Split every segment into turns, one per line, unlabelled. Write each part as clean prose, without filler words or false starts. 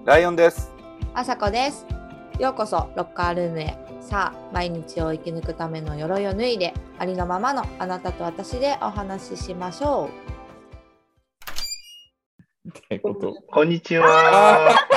ライオンです。
あさこです。ようこそロッカールームへ。さあ、毎日を生き抜くための鎧を脱いで、ありのままのあなたと私でお話ししましょ
う。ってこと。
こんにちは。
ワールド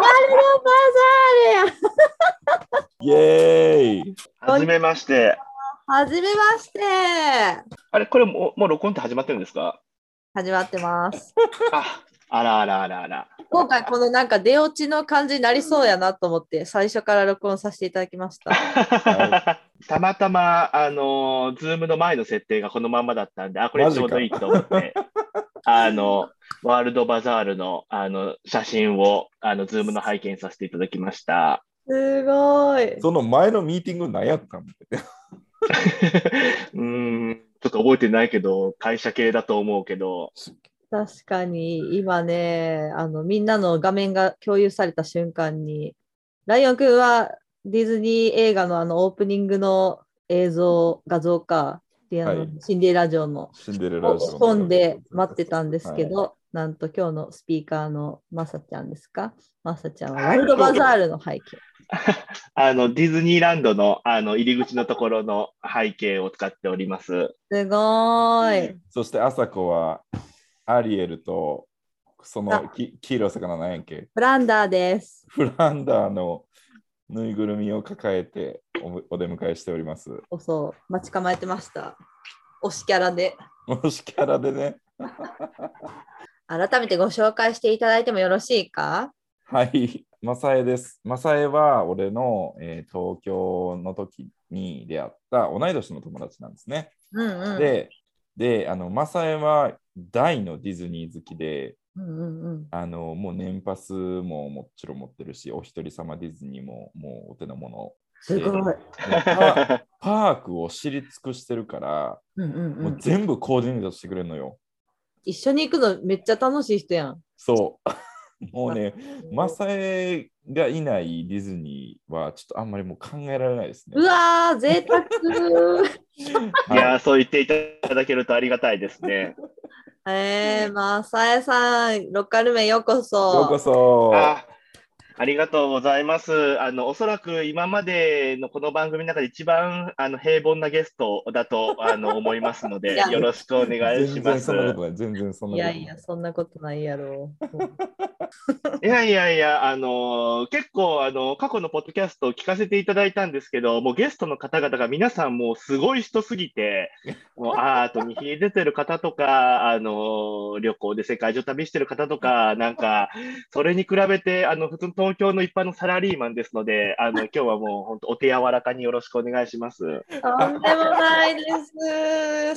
バザ
ールや。イエーイ。
はじめまして。
はじめまして。
あれ、これもう録音って始まってるんですか？
始まってます。
あらあらあらあら。
今回このなんか出落ちの感じになりそうやなと思って最初から録音させていただきました。
はい、たまたまZoom の前の設定がこのまんまだったんで、これちょうどいいと思って、ワールドバザールの写真をZoom の拝見させていただきました。
すごい。
その前のミーティング何やったん
ちょっと覚えてないけど、会社系だと思うけど。
確かに今ね、みんなの画面が共有された瞬間に、ライオンくんはディズニー映画のオープニングの映像、画像か、はい、シンデレラ城の本で待ってたんですけど、はい、なんと今日のスピーカーのマサちゃんですか？マサちゃんはワールドバザールの背景。
ディズニーランドの入り口のところの背景を使っております。
すごい。
そしてあさこはアリエルとその黄色い魚なんやっけ？
フランダーです。
フランダーのぬいぐるみを抱えてお出迎えしております。
そう、待ち構えてました。推しキャラで。
推しキャラでね。
改めてご紹介していただいてもよろしいか？
はい、マサエです。マサエは俺の、東京の時に出会った同い年の友達なんですね。
うんうん、
でマサエは大のディズニー好きで、
も
う年パスももちろん持ってるし、お一人様ディズニーももうお手の物。
すごい。
パークを知り尽くしてるから、もう全部コーディネートしてくれるのよ。
一緒に行くのめっちゃ楽しい人やん。
そう。もうね、マサエがいないディズニーはちょっとあんまりもう考えられないですね。
うわー、贅沢。
いや、そう言っていただけるとありがたいですね。
マサエさん、ロッカールームへようこそ。
ようこそ。
ありがとうございます。おそらく今までのこの番組の中で一番平凡なゲストだと思いますので、よろしくお願いします。
全然そんなことない。
いやいや、そんなことないやろ。
いやいやいや、結構過去のポッドキャストを聞かせていただいたんですけど、もうゲストの方々が皆さんもうすごい人すぎて、もうアートに秀でてる方とか、旅行で世界中旅してる方とか、なんか、それに比べて、普通の東京の一般のサラリーマンですので、今日はもう本当お手柔らかによろしくお願いします。
とんでもないです。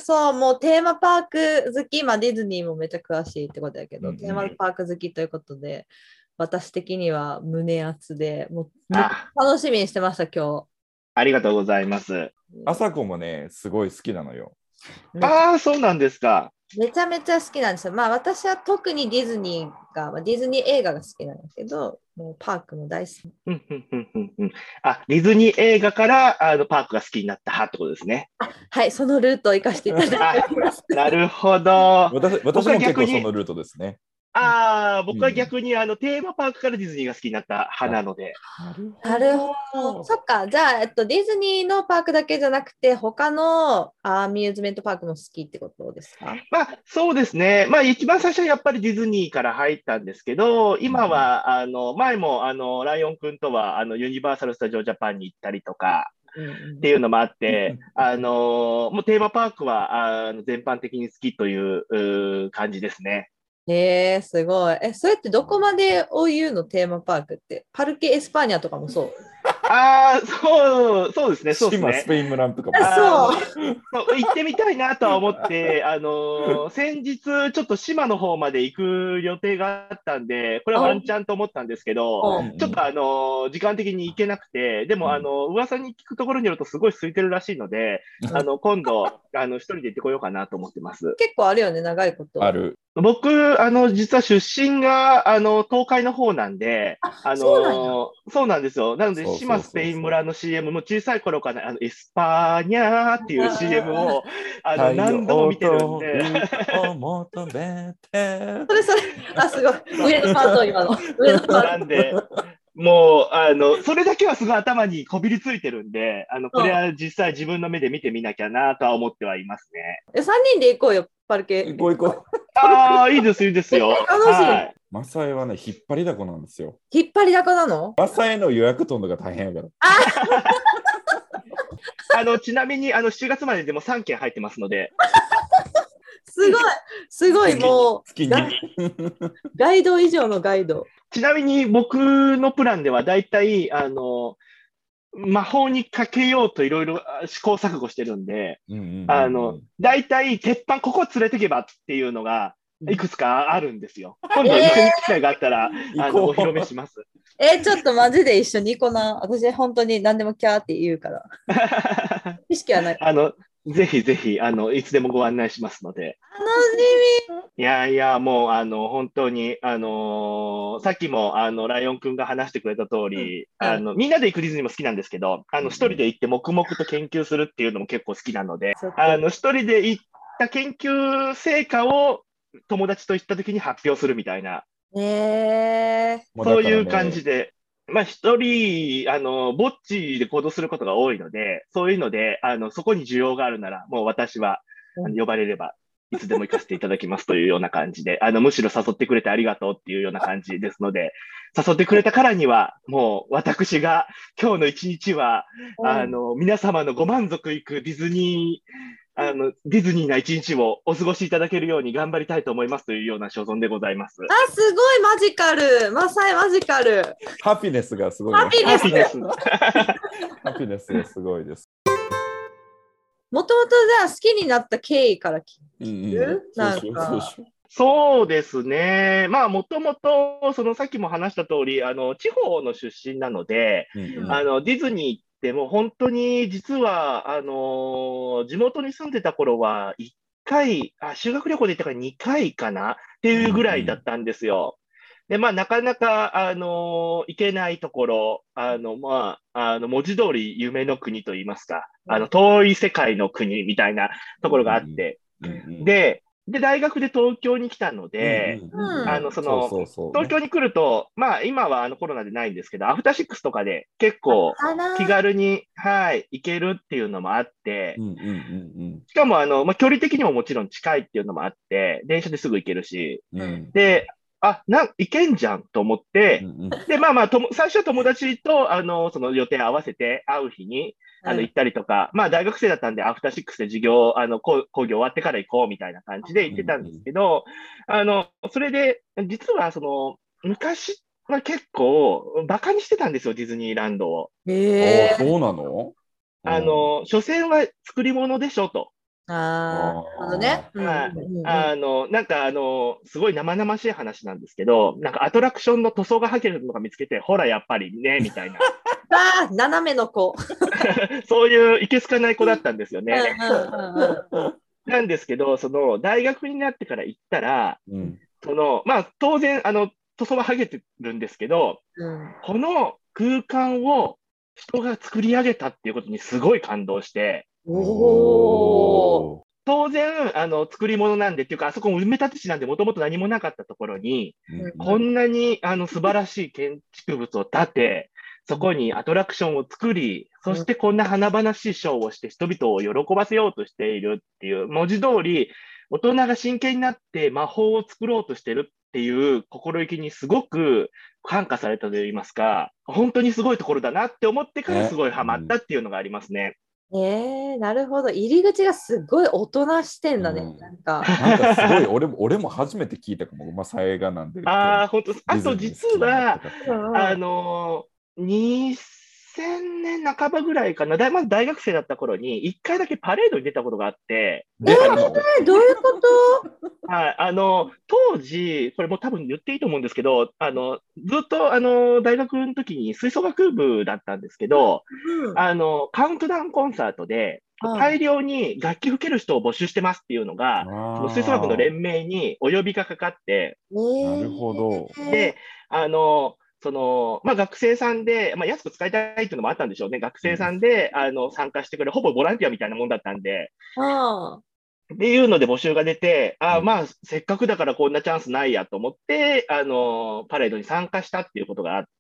そう、もうテーマパーク好き、ディズニーもめっちゃ詳しいってことだけど、テーマパーク好きということで、私的には胸熱で、もう楽しみにしてました、今日。
ありがとうございます。
あさこもね、すごい好きなのよ。
そうなんですか。
めちゃめちゃ好きなんですよ。私は特にディズニーが、ディズニー映画が好きなんだけど、もうパークも大好き。
ディズニー映画からパークが好きになった派ってことですね。
はい、そのルートを生かしていただいてます。
なるほど。
私も結構そのルートですね。
僕は逆にテーマパークからディズニーが好きになった派なので。
なるほど。そっか。じゃあ、ディズニーのパークだけじゃなくて、他のアミューズメントパークも好きってことですか？
そうですね。一番最初はやっぱりディズニーから入ったんですけど、今は、前も、ライオンくんとは、ユニバーサル・スタジオ・ジャパンに行ったりとか、っていうのもあって、もうテーマパークは全般的に好きという感じですね。
すごい。それってどこまでを言うの？テーマパークって。パルケ・エスパーニャとかもそう。
そうですね。
島スペイン村とかも。
そう行ってみたいなとは思って、先日ちょっと島の方まで行く予定があったんで、これはワンチャンと思ったんですけど、ちょっと時間的に行けなくて、でも噂に聞くところによるとすごい空いてるらしいので、今度一人で行ってこようかなと思ってます。
結構あるよね、長いこと。
ある。
僕、実は出身が、東海の方なんで、そうなんですよ。なので、島まあ、スペイン村の CM も小さい頃からエスパーニャーっていう CM を何度も見てるんで。
を求めて。
それ、すごい。上のパート、今の。上のパート。
なんで、もう、それだけはすごい頭にこびりついてるんで、これは実際自分の目で見てみなきゃなとは思ってはいますね。
3人で行こうよ、パルケ。
行こう。
ああ、いいですよ。
楽しい。
はい。
マサエはね、引っ張りだこなんですよ。
引っ張りだこなの？
マサエの予約取るのが大変やから。
ちなみに、7月まででも3件入ってますので。
すごい、もう、
月に
ガイド以上のガイド。
ちなみに僕のプランではだいたい、魔法にかけようといろいろ試行錯誤してるんで、だいたい鉄板ここ連れてけばっていうのがいくつかあるんですよ。今度行く機会があったら、お披露目します。
ちょっとマジで一緒に行こうな。私本当に何でもキャーって言うから。意識はない。
ぜひぜひ、いつでもご案内しますので。
楽し
み。いやいや、もう、本当に、さっきも、ライオンくんが話してくれた通り、みんなで行くディズニーも好きなんですけど、一人で行って黙々と研究するっていうのも結構好きなので、一人で行った研究成果を友達と行った時に発表するみたいな、そういう感じで、まあ、一人、ぼっちで行動することが多いので、そういうので、そこに需要があるなら、もう私は、呼ばれれば、いつでも行かせていただきますというような感じで、むしろ誘ってくれてありがとうっていうような感じですので、誘ってくれたからには、もう私が今日の一日は、皆様のご満足いくディズニーな一日をお過ごしいただけるように頑張りたいと思いますというような所存でございます。
すごいマジカル。マサイマジカル。
ハピネスがすごい。
ハピネス。
ハピネスがすごいです。
もともとじゃあ好きになった経緯から聞く？
そうですね。まあ、もともと、さっきも話した通り、地方の出身なので、ディズニーってもう本当に、実は、地元に住んでた頃は、1回、修学旅行で行ったから2回かなっていうぐらいだったんですよ。で、まあ、なかなか、行けないところ、まあ、文字通り夢の国といいますか、遠い世界の国みたいなところがあって、で、大学で東京に来たので、東京に来ると、まあ、今はコロナでないんですけど、アフターシックスとかで結構気軽に、行けるっていうのもあって、しかも、まあ、距離的にももちろん近いっていうのもあって、電車ですぐ行けるし、で、いけんじゃんと思って、で、まあ、最初は友達と、その予定合わせて会う日に、行ったりとか、まあ、大学生だったんで、アフターシックスで授業、講義終わってから行こうみたいな感じで行ってたんですけど、それで、実は、昔は結構、バカにしてたんですよ、ディズニーランドを。
そうなの？
所詮は作り物でしょ、と。
ね。
なんかすごい生々しい話なんですけど、なんかアトラクションの塗装が剥げるのが見つけて、ほら、やっぱりね、みたいな。
斜めの子。
そういういけすかない子だったんですよね。なんですけど、大学になってから行ったら、まあ、当然、塗装は剥げてるんですけど、この空間を人が作り上げたっていうことにすごい感動して、当然、作り物なんでっていうか、あそこも埋め立て地なんで、もともと何もなかったところに、こんなに素晴らしい建築物を建て、そこにアトラクションを作り、そしてこんな華々しいショーをして人々を喜ばせようとしているっていう、文字通り、大人が真剣になって魔法を作ろうとしてるっていう心意気にすごく感化されたといいますか、本当にすごいところだなって思ってからすごいハマったっていうのがありますね。
なるほど。入り口がすごい大人視点だね。
なんかすごい、俺も初めて聞いたかも、マサエがなんで。
本当。あと実は、2000年半ばぐらいかな、まず大学生だった頃に、1回だけパレードに出たことがあって、
どういうこと？
当時、これも多分言っていいと思うんですけど、ずっと大学の時に吹奏楽部だったんですけど、カウントダウンコンサートで、大量に楽器吹ける人を募集してますっていうのが、吹奏楽の連盟にお呼びがかかって、
なるほど。
で、 学生さんで、安く使いたいっていうのもあったんでしょうね。学生さんで、参加してくれる、ほぼボランティアみたいなもんだったんで、
ああ。
っていうので募集が出て、
うん
せっかくだからこんなチャンスないやと思って、パレードに参加したっていうことがあって、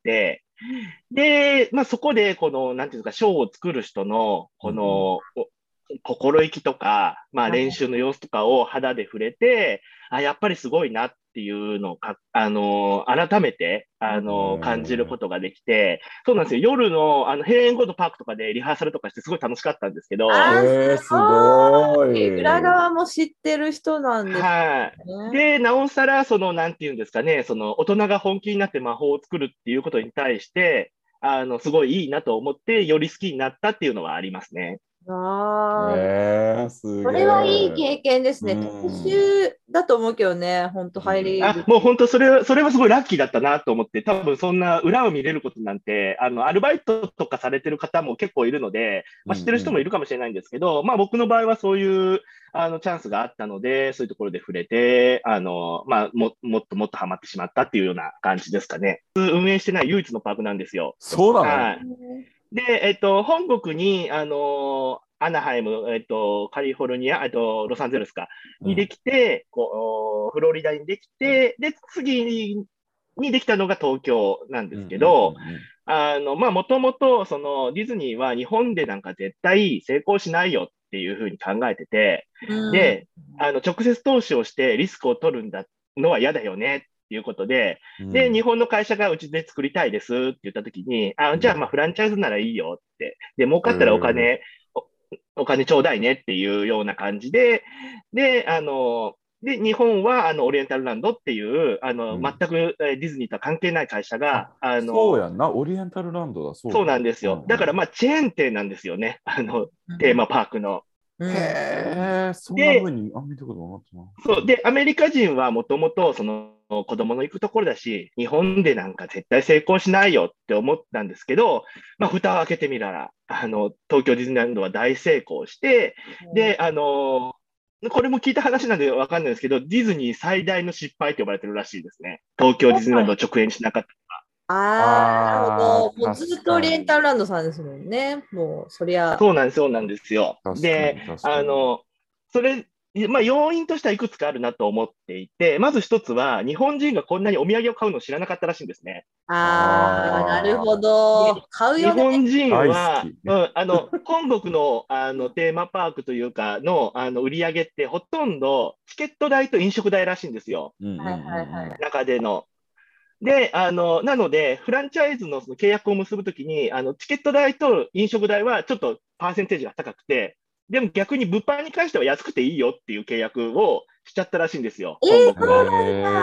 で、そこで、なんていうんですか、ショーを作る人の、心意気とか、練習の様子とかを肌で触れて、やっぱりすごいなっていうのを改めて、感じることができて、そうなんですよ。夜の、閉園後のパークとかでリハーサルとかしてすごい楽しかったんですけど、
すご
裏
い。
側も知ってる人なんです
はい。
ね。
で、なおさら、なんていうんですかね、大人が本気になって魔法を作るっていうことに対して、すごいいいなと思って、より好きになったっていうのはありますね。
ああ、
すげ
それはいい
え。
経験ですね。特殊だと思うけどね、本当入り口。
もう本当、それはすごいラッキーだったなと思って、多分そんな裏を見れることなんて、アルバイトとかされてる方も結構いるので、知ってる人もいるかもしれないんですけど、僕の場合はそういう、チャンスがあったので、そういうところで触れて、もっともっとハマってしまったっていうような感じですかね。運営してない唯一のパークなんですよ。
そうなの？
はい。で、本国に、アナハイム、カリフォルニア、ロサンゼルスか、にできて、フロリダにできて、で、次にできたのが東京なんですけど、もともと、ディズニーは日本でなんか絶対成功しないよっていうふうに考えてて、で、直接投資をしてリスクを取るのは嫌だよねっていうことで、で、日本の会社がうちで作りたいですって言ったときに、じゃあフランチャイズならいいよって、で、儲かったらお金ちょうだいねっていうような感じで、で、日本はオリエンタルランドっていう、全くディズニーとは関係ない会社が、
そうやんな、オリエンタルランドだ、そう
そう
だ。
なんですよ。だからチェーン店なんですよね。テーマパークの。
へえ、そんな
で、
風に見たことなかったな。
そう。で、アメリカ人はもともと、子供の行くところだし、日本でなんか絶対成功しないよって思ったんですけど、蓋を開けてみたら、東京ディズニーランドは大成功して、で、これも聞いた話なんでわかんないですけど、ディズニー最大の失敗と呼ばれてるらしいですね。東京ディズニーランドを直営にしなかった。
なるほど。もうずっとオリエンタル
ル。
ランドさんですもんね。もう、そりゃ。
そうなんです、そうなんですよ。で、
確かに、確かに。
それ、要因としてはいくつかあるなと思っていて、まず一つは、日本人がこんなにお土産を買うのを知らなかったらしいんですね。
なるほど。買うよね。
日本人
大好
は、
き。
本国の、テーマパークというかの、売り上げってほとんどチケット代と飲食代らしいんですよ。中での。で、なので、フランチャイズのその契約を結ぶときに、チケット代と飲食代はちょっとパーセンテージが高くて、でも逆に物販に関しては安くていいよっていう契約をしちゃったらしいんですよ、本国は。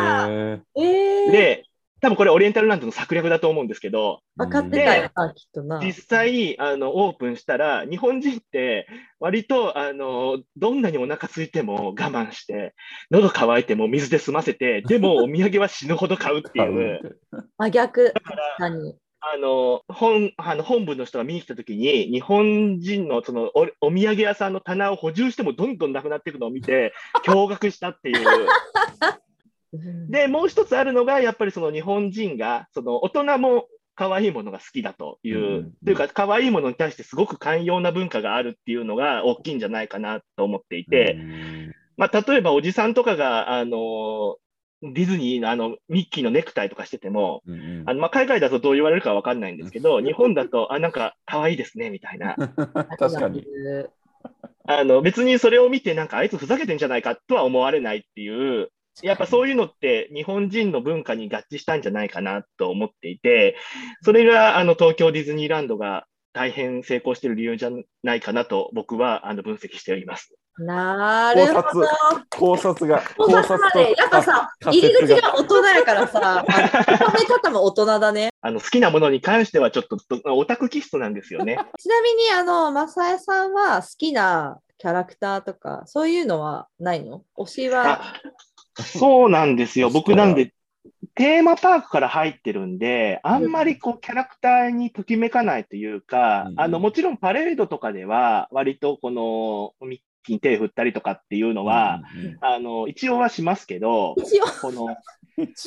で、多分これオリエンタルランドの策略だと思うんですけど、
分かってたよな、きっとな。
実際、オープンしたら、日本人って、割と、どんなにお腹空いても我慢して、喉乾いても水で済ませて、でもお土産は死ぬほど買うっていう。
真逆。確かに。
本部の人が見に来たときに、日本人のお土産屋さんの棚を補充してもどんどんなくなっていくのを見て、驚愕したっていう。で、もう一つあるのが、やっぱりその日本人が、大人も可愛いものが好きだという、というか、可愛いものに対してすごく寛容な文化があるっていうのが大きいんじゃないかなと思っていて、例えばおじさんとかが、ディズニーのミッキーのネクタイとかしてても、海外だとどう言われるかわかんないんですけど、日本だと、なんか可愛いですね、みたいな。
確かに。
別にそれを見て、なんかあいつふざけてんじゃないかとは思われないっていう、やっぱそういうのって日本人の文化に合致したんじゃないかなと思っていて、それが東京ディズニーランドが大変成功している理由じゃないかなと僕は分析しております。
なるほど。
考察が。
考察まで。やっぱさ、入り口が大人やからさ、褒め方も大人だね。
好きなものに関してはちょっとオタク気質なんですよね。
ちなみに、マサエさんは好きなキャラクターとか、そういうのはないの？推しは。
そうなんですよ。僕なんで、テーマパークから入ってるんで、あんまりキャラクターにときめかないというか、もちろんパレードとかでは、割とミッキーに手振ったりとかっていうのは、一応はしますけど、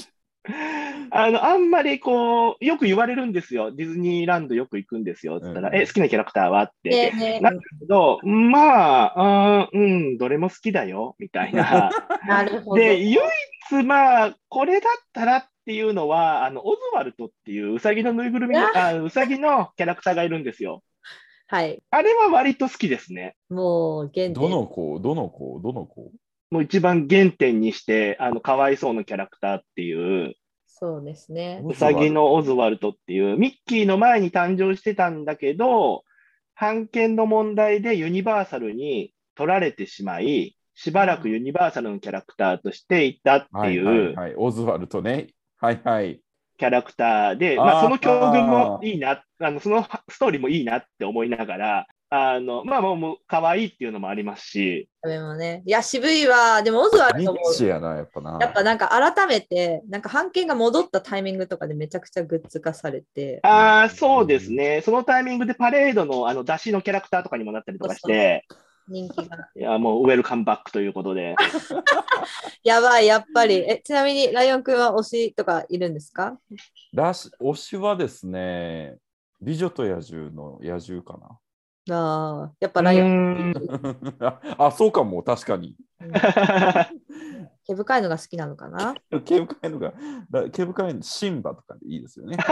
あんまりこう、よく言われるんですよ。ディズニーランドよく行くんですよ。つったら、
うん
好きなキャラクターはって。
ねえね
なんだけど、まあ、どれも好きだよ、みたいな。
え、なるほど。
で、唯一、まあ、これだったらっていうのは、オズワルドっていうウサギのぬいぐるみの、ウサギのキャラクターがいるんですよ。
はい。
あれは割と好きですね。
もう原
ど
点。
の子どの子どの子
もう一番原点にして、かわいそうなキャラクターっていう、
そうですね。
ウサギのオズワルドっていう、ミッキーの前に誕生してたんだけど、版権の問題でユニバーサルに取られてしまい、しばらくユニバーサルのキャラクターとしていたって
はいはい
いう
はい。オズワルドね。はいはい。
キャラクターで、まあ、そ
あ
の境遇もいいな、そのストーリーもいいなって思いながら、まあ、もう可愛いっていうのもありますし、
でもね。いや、渋いわ。でも、オズワル
ニッ
ドも、
チやな、やっぱな。
やっぱなんか改めて、なんか版権が戻ったタイミングとかでめちゃくちゃグッズ化されて、
そうですね。そのタイミングでパレードの出汁のキャラクターとかにもなったりとかし
そうそう
て、
人気が。
いや、もうウェルカムバックということで。
やばい、やっぱり。ちなみに、ライオンくんは推しとかいるんですか？
推しはですね、美女と野獣の野獣か
ああ、やっぱ
う
ライオン。
ーん。
な。そうかも、確かに。
うん毛深いのが好きなのかな？
毛深いのが、毛深いのシンバとかでいいですよね。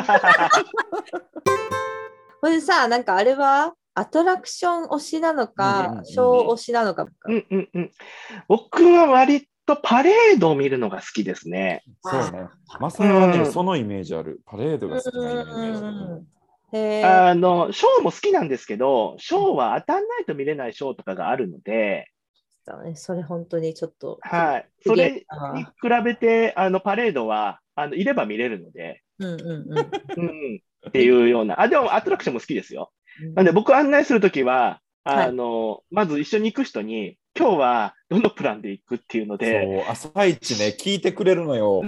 これさ、なんかあれはアトラクション推しなのか、ショー推しなのか。
うんうんうん。僕は割とパレードを見るのが好きですね。
そうね。マサ
う
イはね、
ん。
そのイメージある。パレードが好きなイメージある。
へえ。
ショーも好きなんですけど、ショーは当たんないと見れないショーとかがあるので、
それ本当にちょっと
はい。
すげえ
それに比
な。
べて、パレードは、いれば見れるので、
うんうん
うん、っていうような。でもアトラクションも好きですよ。
うん。
なんで僕案内するときは、
はい。
まず一緒に行く人に、今日はどのプランで行くっていうので、
そう、朝一ね、聞いてくれるのよ。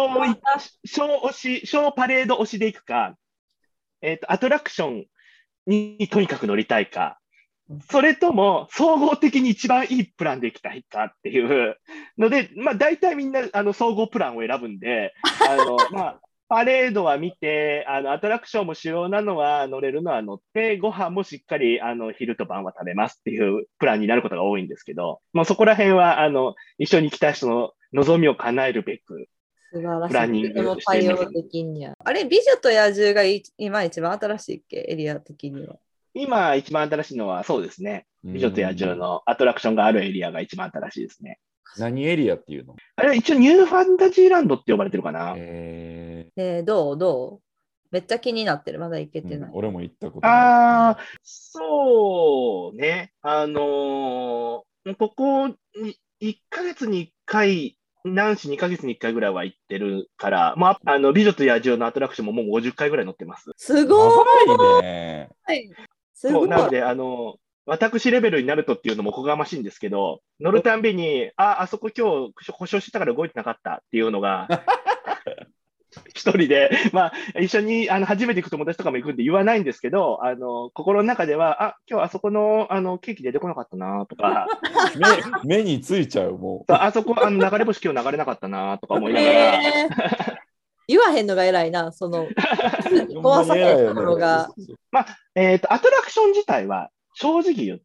ショーパレード推しで行くか、アトラクションにとにかく乗りたいか、それとも総合的に一番いいプランで行きたいかっていうので、まあ大体みんな総合プランを選ぶんで、まあ、パレードは見て、アトラクションも主要なのは乗れるのは乗って、ご飯もしっかり昼と晩は食べますっていうプランになることが多いんですけど、まあそこら辺は一緒に来た人の望みを叶えるべく、
素晴らしい。
プランニン
とても
グしています。
対応的には。あれ、美女と野獣が今一番新しいっけ、エリア的には。
今一番新しいのはそうですね。美女と野獣のアトラクションがあるエリアが一番新しいですね。
何エリアっていうの？
あれは一応ニューファンタジーランドって呼ばれてるかな。
どうめっちゃ気になってる。まだ行けてない。
俺も行ったことない。
そうね。ここに1ヶ月に1回、何し2ヶ月に1回ぐらいは行ってるから、まあ、美女と野獣のアトラクションももう50回ぐらい乗ってます。
すご
長いね。
い。すごい。
そうなんで、私レベルになるとっていうのもおこがましいんですけど、乗るたんびに、あそこ今日故障してたから動いてなかったっていうのが、一人で、まあ、一緒に初めて行く友達とかも行くんで言わないんですけど、心の中では、今日あそこのケーキ出てこなかったなとか、
目についちゃう、もう。
あそこ流れ星今日流れなかったなとか思いながら、
言わへんのが偉いな、その、怖さへんのが。
まあ、アトラクション自体は正直言って、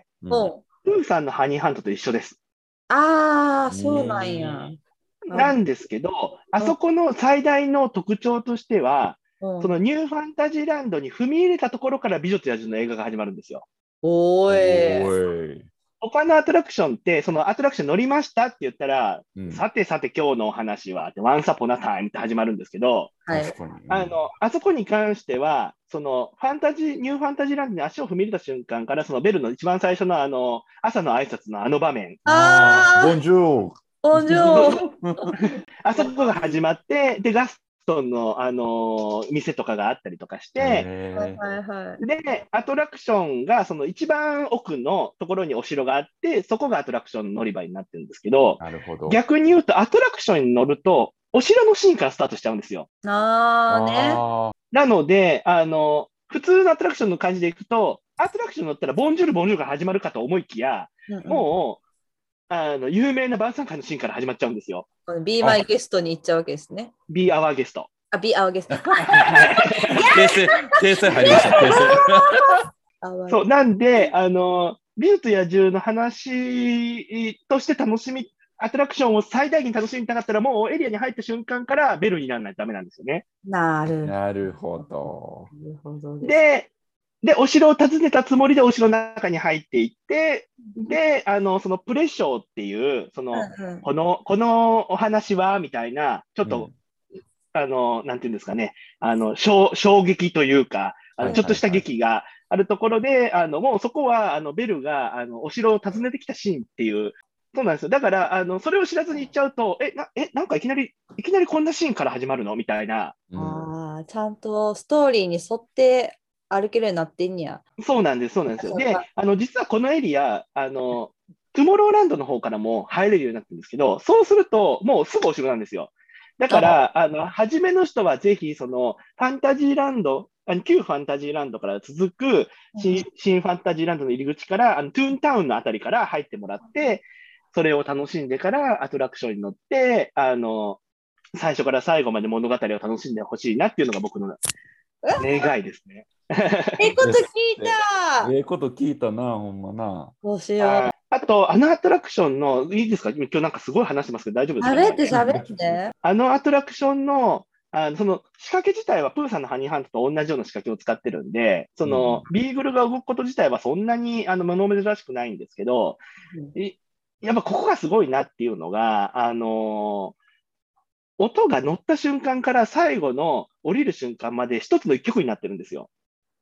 も
プーさんのハニーハントと一緒です。
ああ、そうなんや。
なんですけど、あそこの最大の特徴としては、そのニューファンタジーランドに踏み入れたところから美女と野獣の映画が始まるんですよ。
おーい。
他のアトラクションって、そのアトラクション乗りましたって言ったら、さてさて今日のお話は、ワンサポナタイムって始まるんですけど、
はい、
あそこに関しては、そのニューファンタジーランドに足を踏み入れた瞬間から、そのベルの一番最初の朝の挨拶の場面。
ボンジョー。
ボンジョー。
あそこが始まって、で、ガストンの、店とかがあったりとかして、で、アトラクションがその一番奥のところにお城があって、そこがアトラクションの乗り場になってるんですけど、逆に言うとアトラクションに乗ると、お城のシーンからスタートしちゃうんですよ。なので、普通のアトラクションの感じでいくと、アトラクション乗ったらボンジュールボンジュールが始まるかと思いきや、もう、 有名な晩餐会のシーンから始まっちゃうんですよ。
Be My Guest に行っちゃうわけですね。
Be Our Guest。
Be Our Guest。
訂正入りました、訂正。
そう、なんで、美術野獣の話としてアトラクションを最大限楽しみたかったら、もうエリアに入った瞬間からベルにならないとダメなんですよね。
なる
ほど。
で、お城を訪ねたつもりでお城の中に入っていって、で、そのプレッショーっていう、このお話は、みたいな、ちょっと、なんていうんですかね、衝撃というか、ちょっとした劇があるところで、もうそこは、ベルが、お城を訪ねてきたシーンっていう、そうなんですよ。だから、それを知らずに行っちゃうと、なんかいきなりこんなシーンから始まるのみたいな。
ちゃんとストーリーに沿って歩けるようになってんや。
そうなんですよ。で、実はこのエリア、トゥモローランドの方からも入れるようになってるんですけど、そうすると、もうすぐお城なんですよ。だから、初めの人はぜひ、ファンタジーランド、旧ファンタジーランドから続く新ファンタジーランドの入り口から、トゥーンタウンのあたりから入ってもらって、それを楽しんでからアトラクションに乗って、最初から最後まで物語を楽しんでほしいなっていうのが僕の願いですね。
こと聞いた
ほんまな。
どうしよう。
あと、アトラクションの、いいですか？今日なんかすごい話してますけど大丈夫ですか？
喋って。
アトラクションの、その仕掛け自体はプーさんのハニーハントと同じような仕掛けを使ってるんで、ビーグルが動くこと自体はそんなに物珍しくないんですけど、やっぱここがすごいなっていうのが、音が乗った瞬間から最後の降りる瞬間まで一つの一曲になってるんですよ。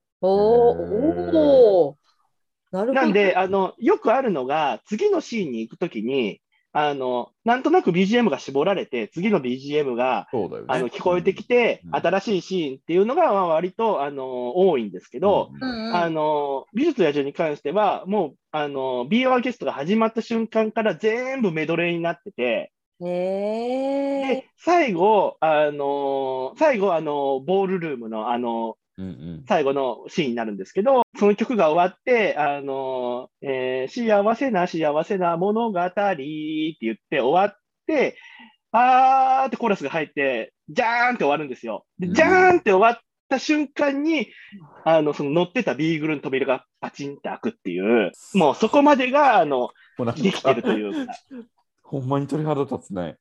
なんで、よくあるのが、次のシーンに行くときに、なんとなく BGM が絞られて、次の BGM が、聞こえてきて、新しいシーンっていうのが割と、多いんですけど、美術野獣に関しては、もう、Be Our Guest が始まった瞬間から全部メドレーになってて、で、最後、ボールルームの最後のシーンになるんですけど、その曲が終わって、幸せな物語って言って終わって、あーってコーラスが入って、ジャーンって終わるんですよ。でジャーンって終わった瞬間に、その乗ってたビーグルの扉がパチンって開くっていう、もうそこまでが、できてるというか。
ほんまに鳥肌立つね。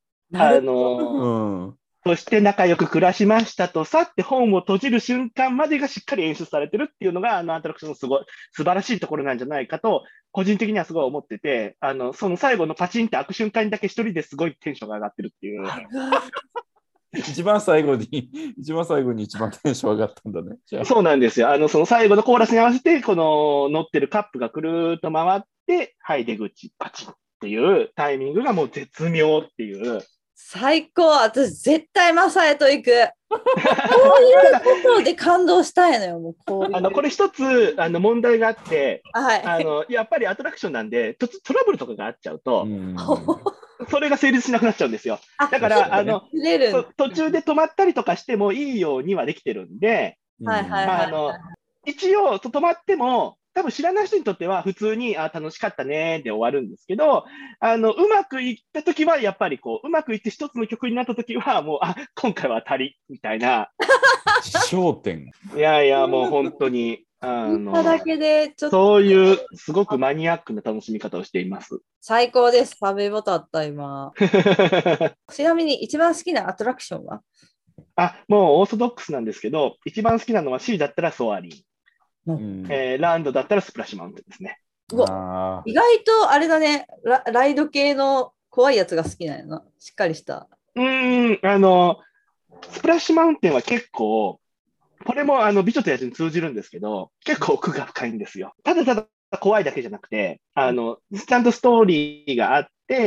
そして仲良く暮らしましたとさって本を閉じる瞬間までがしっかり演出されてるっていうのがアトラクションの素晴らしいところなんじゃないかと個人的にはすごい思ってて、その最後のパチンって開く瞬間にだけ一人ですごいテンションが上がってるっていう。
一番最後に一番テンション上がったんだね。
そうなんですよ。その最後のコーラスに合わせてこの乗ってるカップがくるーっと回って、はい、出口パチンっていうタイミングがもう絶妙っていう。
最高。私絶対マサエと行く。こういうことで感動したいのよ。もう
これ一つ問題があって、
はい、
やっぱりアトラクションなんでトラブルとかがあっちゃうと、それが成立しなくなっちゃうんですよ。だから途中で止まったりとかしてもいいようにはできてるんで、一応止まっても多分知らない人にとっては普通に楽しかったねで終わるんですけど、うまくいったときはやっぱりうまくいって一つの曲になったときはもう今回は当たりみたいな。
焦点。
いやいやもう本当に
だけでちょっと
そういうすごくマニアックな楽しみ方をしています。
最高です。食べボタンった今。ちなみに一番好きなアトラクションは？
もうオーソドックスなんですけど、一番好きなのは C だったらソアリン。ランドだったらスプラッシュマウンテンですね。
意外とあれだね、ライド系の怖いやつが好きなんやな。しっかりした。
スプラッシュマウンテンは結構、これも美女と野獣に通じるんですけど、結構奥が深いんですよ。ただただ怖いだけじゃなくて、ちゃんとストーリーがあって、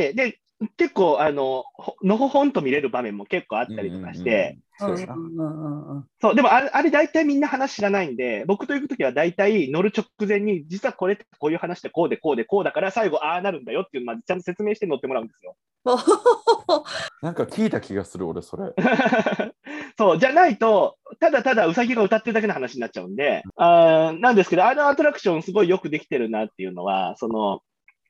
で、結構、のほほんと見れる場面も結構あったりとかして、そう、でもあれ大体みんな話知らないんで、僕と行くときは大体乗る直前に、実はこれってこういう話でこうでこうでこうだから最後なるんだよっていうのをちゃんと説明して乗ってもらうんですよ。
なんか聞いた気がする、俺それ。
そう、じゃないと、ただただウサギが歌ってるだけの話になっちゃうんで、なんですけど、アトラクションすごいよくできてるなっていうのは、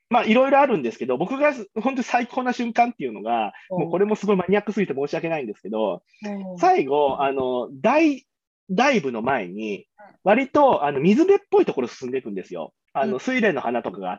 まあいろいろあるんですけど、僕が本当に最高な瞬間っていうのが、もうこれもすごいマニアックすぎて申し訳ないんですけど、最後、ダイブの前に、割と水辺っぽいところ進んでいくんですよ。睡蓮の花とかがあって、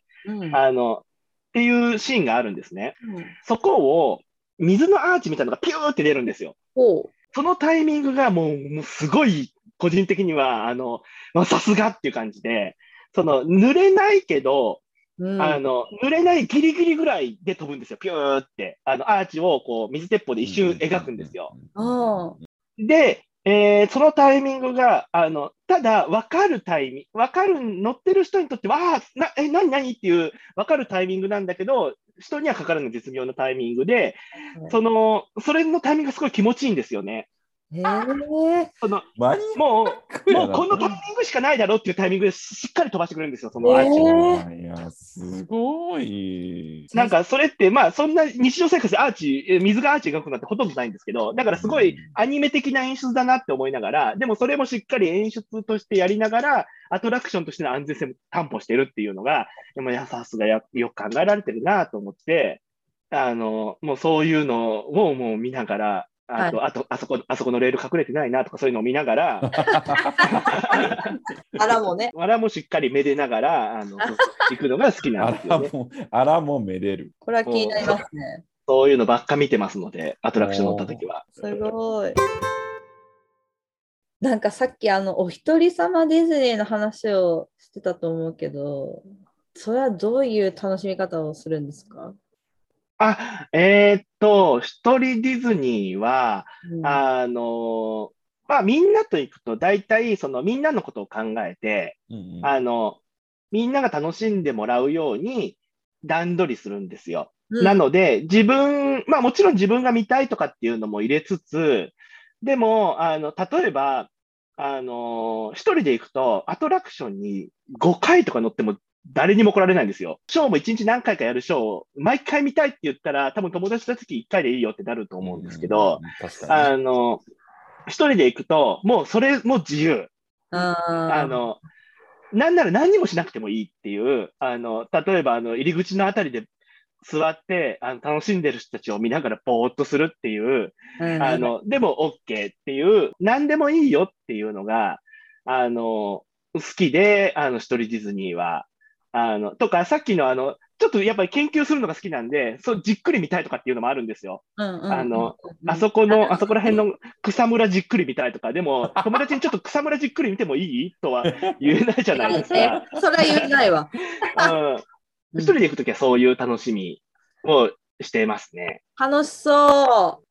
っていうシーンがあるんですね。そこを水のアーチみたいなのがピューって出るんですよ。そのタイミングがもうすごい個人的には、さすがっていう感じで、濡れないけど、濡れないギリギリぐらいで飛ぶんですよ。ピューって。アーチをこう水鉄砲で一周描くんですよ。で、そのタイミングが、ただ、乗ってる人にとっては、何っていう、分かるタイミングなんだけど、人にはかからない絶妙なタイミングで、それのタイミングがすごい気持ちいいんですよね。もうこのタイミングしかないだろうっていうタイミングでしっかり飛ばしてくれるんですよ、そのアーチを。
いや、すごい。
なんかそれって、まあそんな日常生活で水がアーチ描くなんてほとんどないんですけど、だからすごいアニメ的な演出だなって思いながら、でもそれもしっかり演出としてやりながら、アトラクションとしての安全性も担保してるっていうのが、でもさすがよく考えられてるなと思って、もうそういうのをもう見ながら、あそこのレール隠れてないなとかそういうのを見ながら、
あらもね。
あらもしっかりめでながら、行くのが好きなんですよね。
あらもめでる。
これは気になりますね。
そういうのばっか見てますので、アトラクション乗ったときは。
すごい。なんかさっきお一人様ディズニーの話をしてたと思うけど、それはどういう楽しみ方をするんですか？
一人ディズニーは、まあ、みんなと行くと、大体、みんなのことを考えて、みんなが楽しんでもらうように段取りするんですよ。なので、まあ、もちろん自分が見たいとかっていうのも入れつつ、でも、例えば、一人で行くと、アトラクションに5回とか乗っても誰にも来られないんですよ。ショーも1日何回かやるショーを毎回見たいって言ったら、多分友達と月1回でいいよってなると思うんですけど、一人で行くと、もうそれも自由。なんなら何にもしなくてもいいっていう、例えば入り口のあたりで座って楽しんでる人たちを見ながらぼーっとするっていう、でも OK っていう、何でもいいよっていうのが、好きで、一人ディズニーは。とか、さっきのちょっとやっぱり研究するのが好きなんで、そうじっくり見たいとかっていうのもあるんですよ。あそこら辺の草むらじっくり見たいとか、でも友達にちょっと草むらじっくり見てもいいとは言えないじゃないですか。
それは言えないわ。
一人で行くときはそういう楽しみをしてますね。
楽しそう。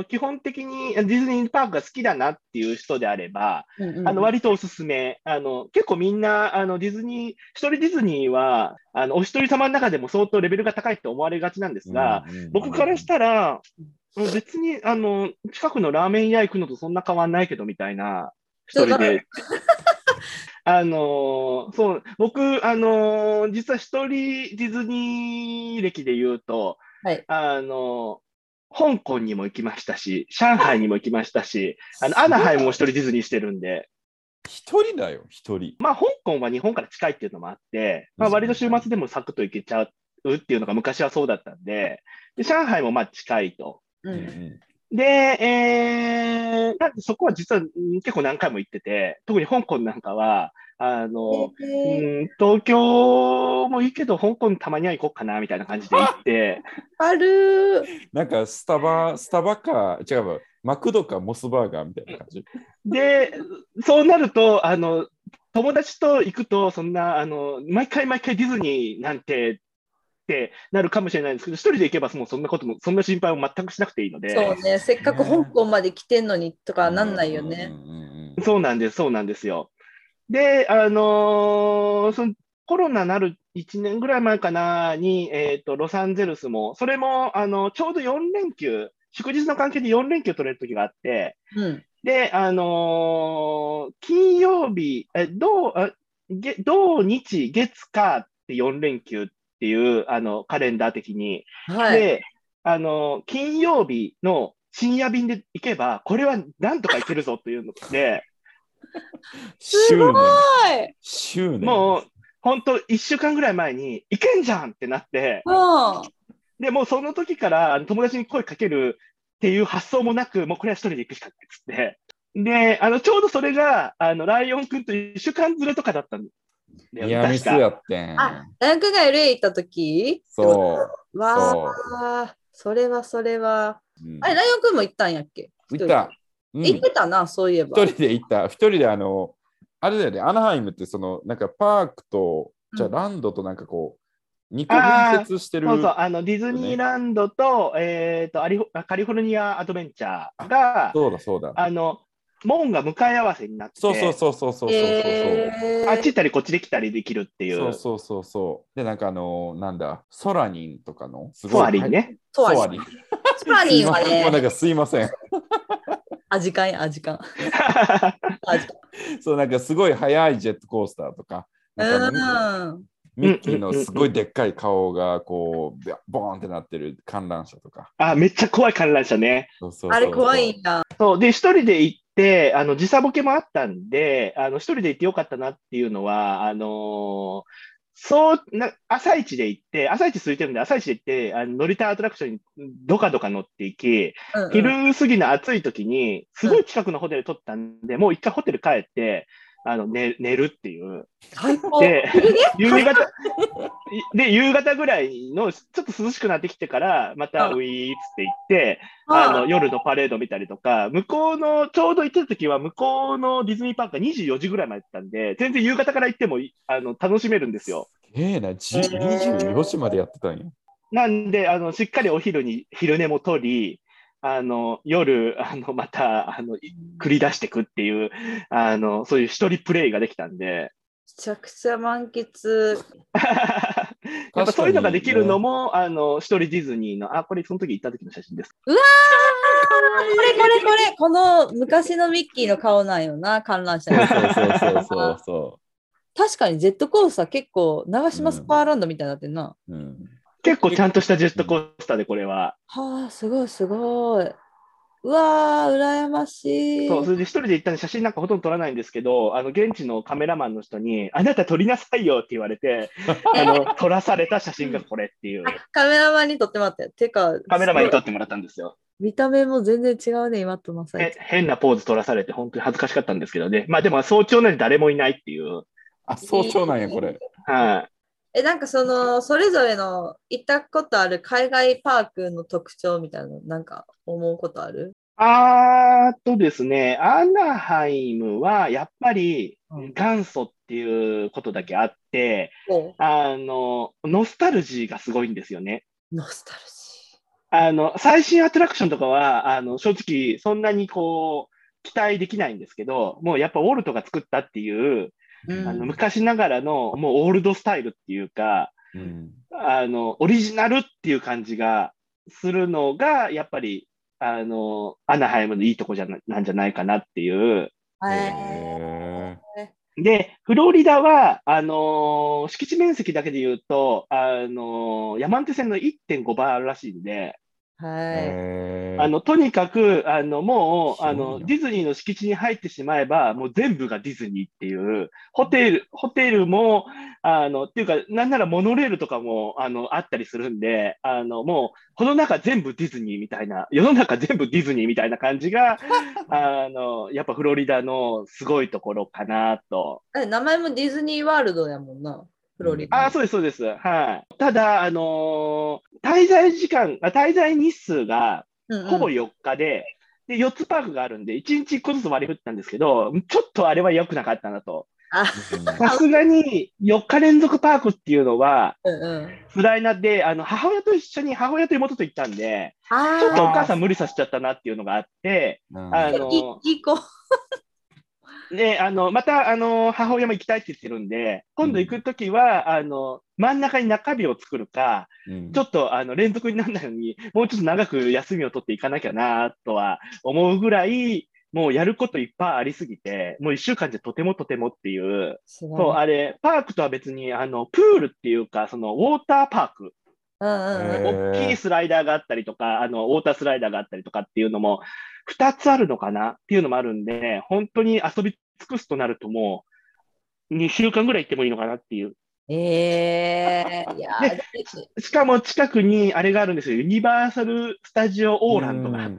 基本的にディズニーパークが好きだなっていう人であれば、割とおすすめ。結構みんな、一人ディズニーは、お一人様の中でも相当レベルが高いって思われがちなんですが、僕からしたら、別に、近くのラーメン屋行くのとそんな変わんないけど、みたいな、一人で。そう、僕、実は一人ディズニー歴で言うと、香港にも行きましたし、上海にも行きましたし、アナハイムも一人ディズニーしてるんで。
一人だよ、一人。
まあ、香港は日本から近いっていうのもあって、まあ、割と週末でもサクッと行けちゃうっていうのが昔はそうだったんで、上海もまあ近いと。で、そこは実は結構何回も行ってて、特に香港なんかは、東京もいいけど、香港たまには行こうかなみたいな感じで行って。
なんかスタバか、違う、マクドかモスバーガーみたいな感じ。
で、そうなると、友達と行くと、そんな、毎回ディズニーなんて、ってなるかもしれないんですけど、一人で行けばもうそんな心配を全くしなくていいので。
そうね、せっかく香港まで来てんのにとかなんないよね。
そうなんですよ。で、そのコロナなる1年ぐらい前かなに、ロサンゼルスも、それもちょうど4連休、祝日の関係で4連休取れる時があって、で、金曜日、土日、月火って4連休っていうカレンダー的に、で、金曜日の深夜便で行けば、これはなんとか行けるぞというので、
すごい
執念。
もう本当1週間ぐらい前に、行けんじゃんってなって、
うん。
で、もうその時から友達に声かけるっていう発想もなく、もうこれは一人で行くしかないっつって。で、ちょうどそれが、ライオンくんと1週間ずれとかだったんだよね、
ニアミ
確か。
スやって
あ、
ん。
ライオンくんが LA 行った時ってこと
そう。
わ
そ
あ、それはそれは。
う。うん
あれ、ライオンくんも行ったんやっけ一人で
行った。うん。
行ってたな、そういえば。
一人で行った。一人であれだよね、アナハイムってなんかパークと、じゃあ
うん
ランドとなんかこう、2個隣
ああ、
接して
そうそう、
る
ディズ
よね。
ニーランドと、カリフォルニアアドベンチャーが、
そうだそうだ。
門が向かい合わせになって
そうそう
て、
そうそうそうそうそうそう。
あっち行ったりこっちで来たりできるっていう、
そうそうそうそう。で、なんかなんだ、ソラニンとかの、すご
ソ
い、はい、
アリンね。
ソアリン。
ソアリン。
ソアリンは
もうなん
ね、
かすいません。
アジカンや、アジカン。アジカ
そう、なんかすごい速いジェットコースターとか、なんか
ン。
ミッキーのすごいでっかい顔がこう、ボーンってなってる観覧車とか。
あ、めっちゃ怖い観覧車ね。
そうそう
あれ
そうそう。
怖いんだ。
そう。で、一人で行って、時差ボケもあったんで、一人で行ってよかったなっていうのは、朝一で行って、朝一空いてるんで、朝一で行って、乗りたいアトラクションにどかどか乗っていき、
うんうん。
昼過ぎの暑い時に、す
うん
ごい近くのホテル取ったんで、もう一回ホテル帰って、寝るっていう。
最高。
で、夕方ぐらいの、ちょっと涼しくなってきてから、またウィーっつって行って、
あ
夜のパレード見たりとか、向こうの、ちょうど行ってた時は、向こうのディズニーパークが24時ぐらいまで行ったんで、全然夕方から行っても、楽しめるんですよ。
24時までやってたんや。
なんで、しっかりお昼に昼寝も取り、夜、また、繰り出していくっていう、そういう一人プレイができたんで、
めちゃくちゃ満喫。
やっぱそういうのができるの
ね、
も、一人ディズニーの、これその時行った時の写真です。
うわー、これ、この昔のミッキーの顔なんよな、観覧車に。
そう。
確かにジェットコースター結構、長島スパーランドみたいになってんな。
結構ちゃんとしたジェットコースターで、これは。
はあ、すごいすごい。うわー、羨まし
そう、
い。
それで一人で行ったんで写真なんかほとんど撮らないんですけど、現地のカメラマンの人に、あなた撮りなさいよって言われて、撮らされた写真がこれっていう。
カメラマンに撮ってもらったよ。てか、
カメラマンに撮ってもらったんですよ。
見た目も全然違うね、今とマサイ。
変なポーズ撮らされて、本当に恥ずかしかったんですけどね。まあでも早朝なんで誰もいないっていう。
あ、早朝なんや、これ。
はい。
なんかそれぞれの行ったことある海外パークの特徴みたいなの、なんか思うことある？
ですね、アナハイムはやっぱり元祖っていうことだけあって、ノスタルジーがすごいんですよね。
ノスタル
最新アトラクションとかは、正直そんなにこう、期待できないんですけど、もうやっぱウォルトが作ったっていう、
ジー。
昔ながらのもうオールドスタイルっていうか、オリジナルっていう感じがするのが、やっぱり、アナハイムのいいとこなんじゃないかなっていう。で、フロリダは、敷地面積だけで言うと、山手線の1.5倍あるらしいんで、とにかく、もう、ディズニーの敷地に入ってしまえば、もう全部がディズニーっていう、ホテルも、っていうか、なんならモノレールとかも、あったりするんで、もう、この中全部ディズニーみたいな、世の中全部ディズニーみたいな感じが、やっぱフロリダのすごいところかなと。
名前もディズニーワールドやもんな、フロリダ。
そうです、そうです。はい。ただ、滞在日数がほぼ4日で、4つパークがあるんで、1日1個ずつ割り振ったんですけど、ちょっとあれは良くなかったなと。さすがに4日連続パークっていうのは、辛いなで、母親と妹と行ったんで、ちょっとお母さん無理させちゃったなっていうのがあって、
いい子。
で、また、母親も行きたいって言ってるんで、今度行くときは、真ん中に中日を作るか、ちょっと、連続にならないように、もうちょっと長く休みを取っていかなきゃな、とは思うぐらい、もうやることいっぱいありすぎて、もう1週間でとてもっていう、そう、あれ、パークとは別に、プールっていうか、ウォーターパーク。大きいスライダーがあったりとか、ウォータースライダーがあったりとかっていうのも、2つあるのかなっていうのもあるんで、本当に遊び尽くすとなるともう、2週間ぐらい行ってもいいのかなっていう。
いや
で、しかも近くにあれがあるんですよ。ユニバーサル・スタジオ・オーランドがあって、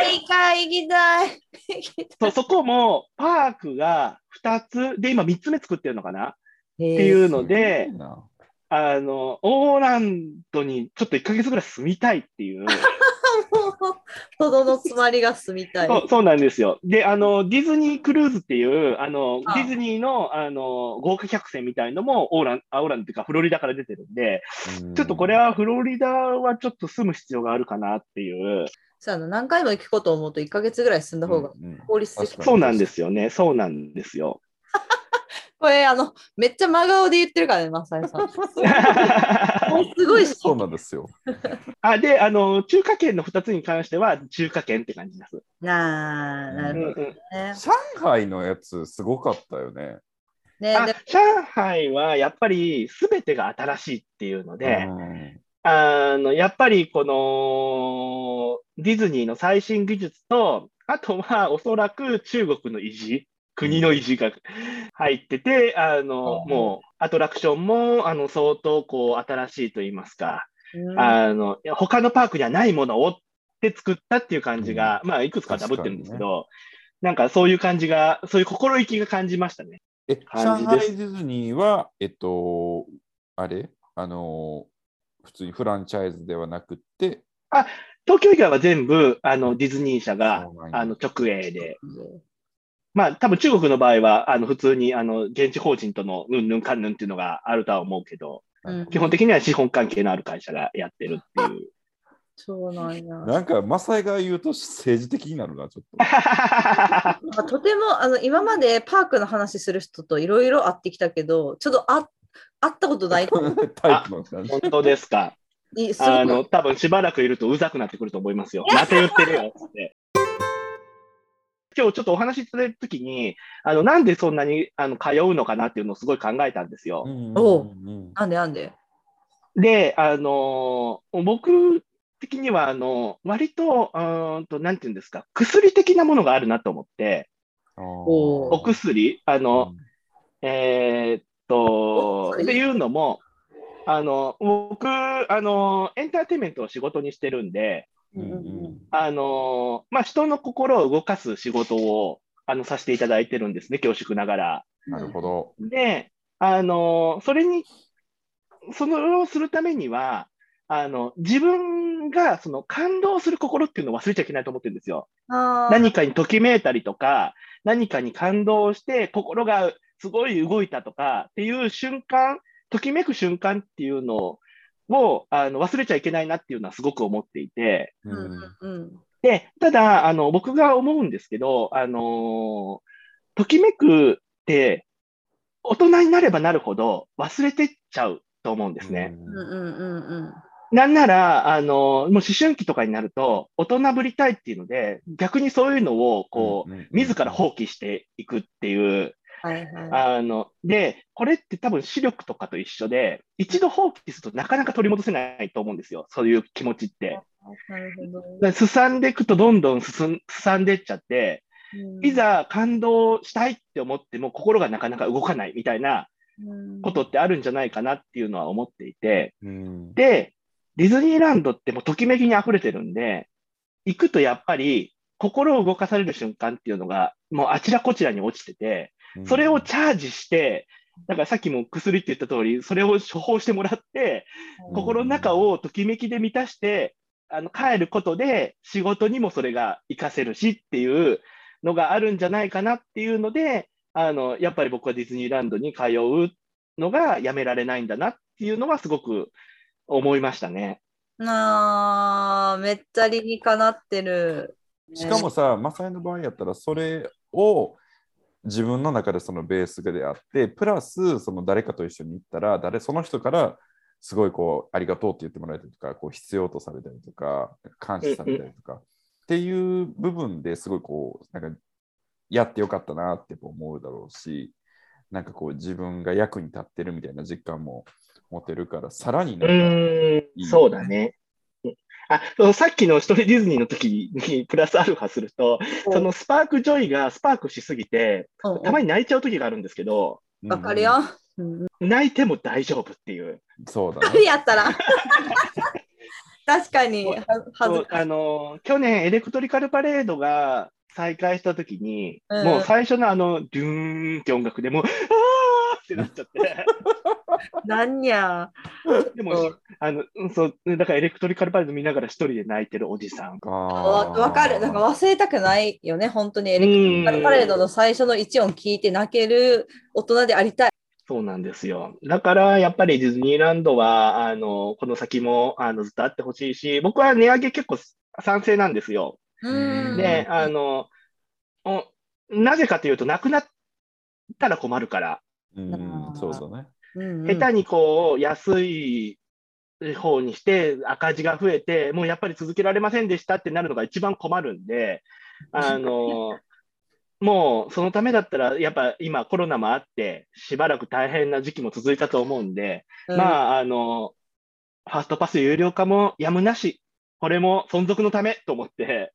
行きたい。
そこもパークが2つ、で、今3つ目作ってるのかなって
へえ。
いうので、
すごいな。
オーランドにちょっと1ヶ月ぐらい住みたいっていう。
とどのつまりが住みたい。
そうなんですよ。で、ディズニークルーズっていう、ディズ
あ
ニーの、豪華客船みたいのもオーランドっていうか、フロリダから出てるんで、ちょっとこれはフロリダはちょっと住む必要があるかなっていう。
何回も行くことを思うと1ヶ月ぐらい住んだ方が効率的。
そうなんですよね。そうなんですよ。
これ、めっちゃ真顔で言ってるからね、マサイさん。もうすごいし。
そうなんですよ。
で、中華圏の2つに関しては、中華圏って感じです。
なるほどね。
上海のやつ、すごかったよね。
上海はやっぱり全てが新しいっていうので、やっぱりこのディズニーの最新技術と、あとはおそらく中国の意地、国の意地が入ってて、もうアトラクションも相当こう新しいと言いますか、他のパークにはないものをって作ったっていう感じが、まあいくつかダブってるんですけど、なんかそういう感じが、そういう心意気が感じましたね。
上海ディズニーは、あれ普通にフランチャイズではなくて、
東京以外は全部ディズニー社が直営で、まあ多分中国の場合は普通に現地法人とのうんぬんかんぬんっていうのがあるとは思うけど、基本的には資本関係のある会社がやってるっていう。
そうなんや。
なんかマサイが言うと政治的になるな、ちょっと。
とても今までパークの話する人といろいろ会ってきたけど、ちょっと会ったことない
タイプの感じ。
本当ですか。多分しばらくいるとうざくなってくると思いますよ。また言ってるよって。今日ちょっとお話しいただいたときに、なんでそんなに通うのかなっていうのをすごい考えたんですよ。
なんで
で、僕的には、割と、なんていうんですか、薬的なものがあるなと思って、お薬、っていうのも、僕、エンターテインメントを仕事にしてるんで、まあ、人の心を動かす仕事をさせていただいてるんですね、恐縮ながら。
なるほど。
で、それをするためには、自分がその感動する心っていうのを忘れちゃいけないと思ってるんですよ。何かにときめいたりとか、何かに感動して心がすごい動いたとかっていう瞬間、ときめく瞬間っていうのを忘れちゃいけないなっていうのはすごく思っていて、で、ただ、僕が思うんですけど、ときめくって大人になればなるほど忘れてっちゃうと思うんですね。なんなら、もう思春期とかになると、大人ぶりたいっていうので、逆にそういうのを、こう、自ら放棄していくっていう。で、これって多分視力とかと一緒で、一度放棄するとなかなか取り戻せないと思うんですよ。そういう気持ちって。すさんでいくとどんどんすさんでいっちゃって、いざ感動したいって思っても心がなかなか動かないみたいなことってあるんじゃないかなっていうのは思っていて、で、ディズニーランドってもうときめきに溢れてるんで、行くとやっぱり心を動かされる瞬間っていうのがもうあちらこちらに落ちてて、それをチャージして、だからさっきも薬って言った通り、それを処方してもらって、心の中をときめきで満たして、帰ることで仕事にもそれが活かせるしっていうのがあるんじゃないかなっていうので、やっぱり僕はディズニーランドに通うのがやめられないんだなっていうのはすごく思いましたね。
めっちゃ理にかなってる。
しかもさ、マサイの場合やったらそれを自分の中でそのベースであって、プラスその誰かと一緒に行ったら、その人からすごいこうありがとうって言ってもらえたりとか、こう必要とされたりとか、感謝されたりとかっていう部分ですごいこう、なんかやってよかったなって思うだろうし、なんかこう自分が役に立ってるみたいな実感も持てるから、さらになんか
いい。そうだね。さっきの一人ディズニーの時にプラスアルファすると、そのスパークジョイがスパークしすぎて、たまに泣いちゃう時があるんですけど、
わかるよ。
泣いても大丈夫っていう。
そうだ
あれ
ね。
やったら確かに恥ずかしい。
去年エレクトリカルパレードが再開したときに、もう最初のデューンって音楽でもう、あーってなっちゃって。
なんや。
でも、そう、だからエレクトリカルパレード見ながら一人で泣いてるおじさん。
わかる。なんか忘れたくないよね、本当にエレクトリカルパレードの最初の一音聞いて泣ける大人でありたい。
そうなんですよ。だから、やっぱりディズニーランドは、この先も、ずっとあってほしいし、僕は値上げ結構賛成なんですよ。で、なぜかというと、なくなったら困るから。
そうだね。
下手にこう、安い方にして赤字が増えて、もうやっぱり続けられませんでしたってなるのが一番困るんで、もうそのためだったら、やっぱ今コロナもあって、しばらく大変な時期も続いたと思うんで、まあ、ファーストパス有料化もやむなし、これも存続のためと思って。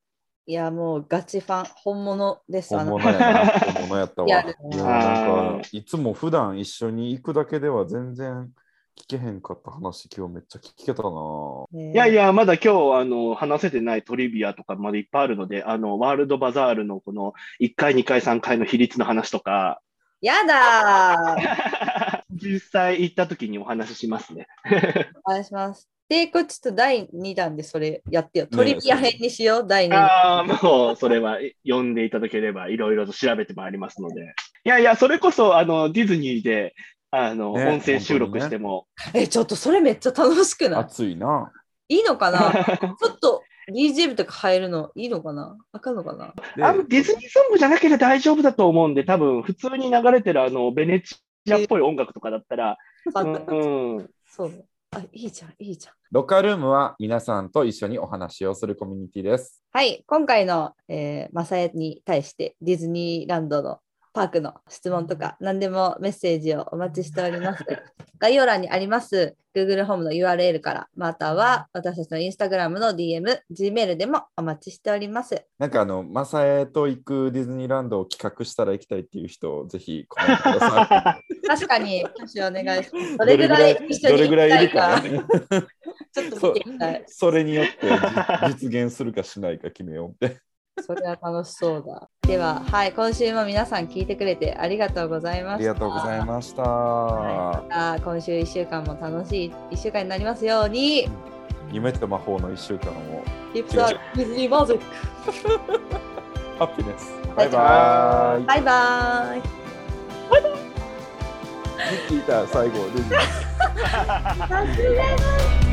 いや、もうガチファン、本物です。
本物やな、本物やったわ。いや、なんか、いつも普段一緒に行くだけでは全然聞けへんかった話、今日めっちゃ聞けたな。
いやいや、まだ今日話せてないトリビアとかまでいっぱいあるので、ワールドバザールのこの1回、2回、3回の比率の話とか。
やだー
実際行った時にお話ししますね。
お願いします。で、こっちと第2弾でそれやってよ。トリビア編にしよう、第2弾。
ああ、もうそれは呼んでいただければいろいろと調べてまいりますので。いやいや、それこそディズニーで音声収録しても。
ちょっとそれめっちゃ楽しくない？
熱いな。
いいのかなちょっと BGM とか入るのいいのかなあかんのかな
ディズニーソングじゃなければ大丈夫だと思うんで、多分普通に流れてるベネチアっぽい音楽とかだったら。
そうあ、いいじゃん、いいじゃん。
ロッカールームは皆さんと一緒にお話をするコミュニティです。
はい、今回の、マサエに対してディズニーランドのパークの質問とか何でもメッセージをお待ちしております。概要欄にあります Google ホームの URL からまたは私たちの Instagram の DM、Gmail でもお待ちしております。
なんかマサエと行くディズニーランドを企画したら行きたいっていう人ぜひコメントくださ
い。確かに、お願いします。どれぐらい一緒に行きたいか。ちょっと見てみたい。
それによって実現するかしないか決めようって。
それは楽しそうだ。では、はい、今週も皆さん聞いてくれてありがとうございました。
ありがとうございました。
はい、今週1週間も楽しい1週間になりますように。
夢と魔法の1週間を。
Keep the Disney Magic。
ハッピーです。バイバイ。
バイバイ。
ミッキーいた最後。